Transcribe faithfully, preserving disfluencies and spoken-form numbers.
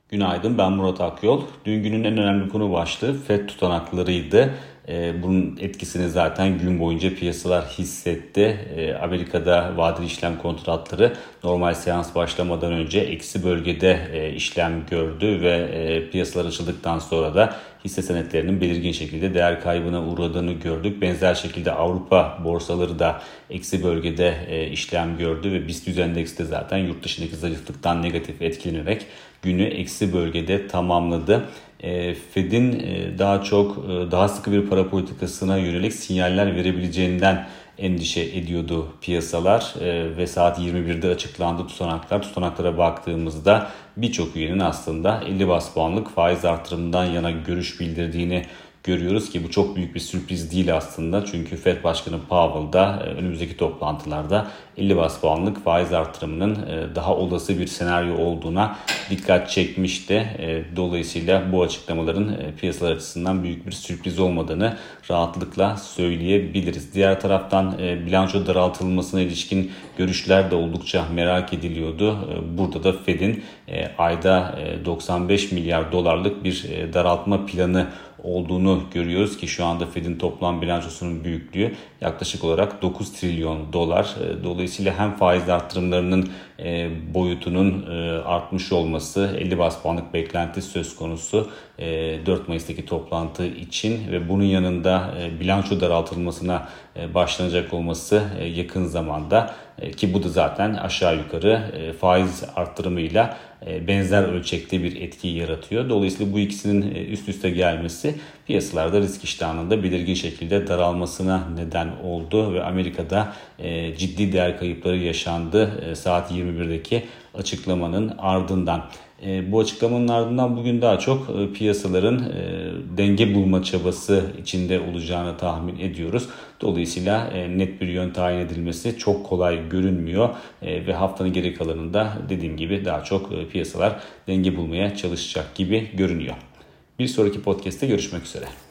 Günaydın, ben Murat Akyol. Dün günün en önemli konu başlığı Fed tutanaklarıydı. Ee, bunun etkisini zaten gün boyunca piyasalar hissetti. Ee, Amerika'da vadeli işlem kontratları normal seans başlamadan önce eksi bölgede e, işlem gördü ve e, piyasalar açıldıktan sonra da hisse senetlerinin belirgin şekilde değer kaybına uğradığını gördük. Benzer şekilde Avrupa borsaları da eksi bölgede e, işlem gördü ve BIST yüz endeksi de zaten yurt dışındaki zayıflıktan negatif etkilenerek günü eksi bölgede tamamladı. E, Fed'in e, daha çok e, daha sıkı bir para politikasına yönelik sinyaller verebileceğinden endişe ediyordu piyasalar e, ve saat yirmi birde açıklandı tutanaklar. Tutanaklara baktığımızda birçok üyenin aslında elli bas puanlık faiz artırımından yana görüş bildirdiğini görüyoruz ki bu çok büyük bir sürpriz değil aslında. Çünkü Fed Başkanı Powell da önümüzdeki toplantılarda elli bas puanlık faiz artırımının daha olası bir senaryo olduğuna dikkat çekmişti. Dolayısıyla bu açıklamaların piyasalar açısından büyük bir sürpriz olmadığını rahatlıkla söyleyebiliriz. Diğer taraftan bilanço daraltılmasına ilişkin görüşler de oldukça merak ediliyordu. Burada da Fed'in ayda doksan beş milyar dolarlık bir daraltma planı olduğunu görüyoruz ki şu anda Fed'in toplam bilançosunun büyüklüğü yaklaşık olarak dokuz trilyon dolar. Dolayısıyla hem faiz artırımlarının boyutunun artmış olması, elli bas puanlık beklenti söz konusu dört Mayıs'taki toplantı için ve bunun yanında bilanço daraltılmasına başlanacak olması yakın zamanda ki bu da zaten aşağı yukarı faiz arttırımıyla benzer ölçekte bir etki yaratıyor. Dolayısıyla bu ikisinin üst üste gelmesi piyasalarda risk iştahının belirgin şekilde daralmasına neden oldu ve Amerika'da ciddi değer kayıpları yaşandı saat yirmi birdeki açıklamanın ardından. E, bu açıklamanın ardından bugün daha çok e, piyasaların e, denge bulma çabası içinde olacağını tahmin ediyoruz. Dolayısıyla e, net bir yön tayin edilmesi çok kolay görünmüyor e, ve haftanın geri kalanında dediğim gibi daha çok e, piyasalar denge bulmaya çalışacak gibi görünüyor. Bir sonraki podcast'te görüşmek üzere.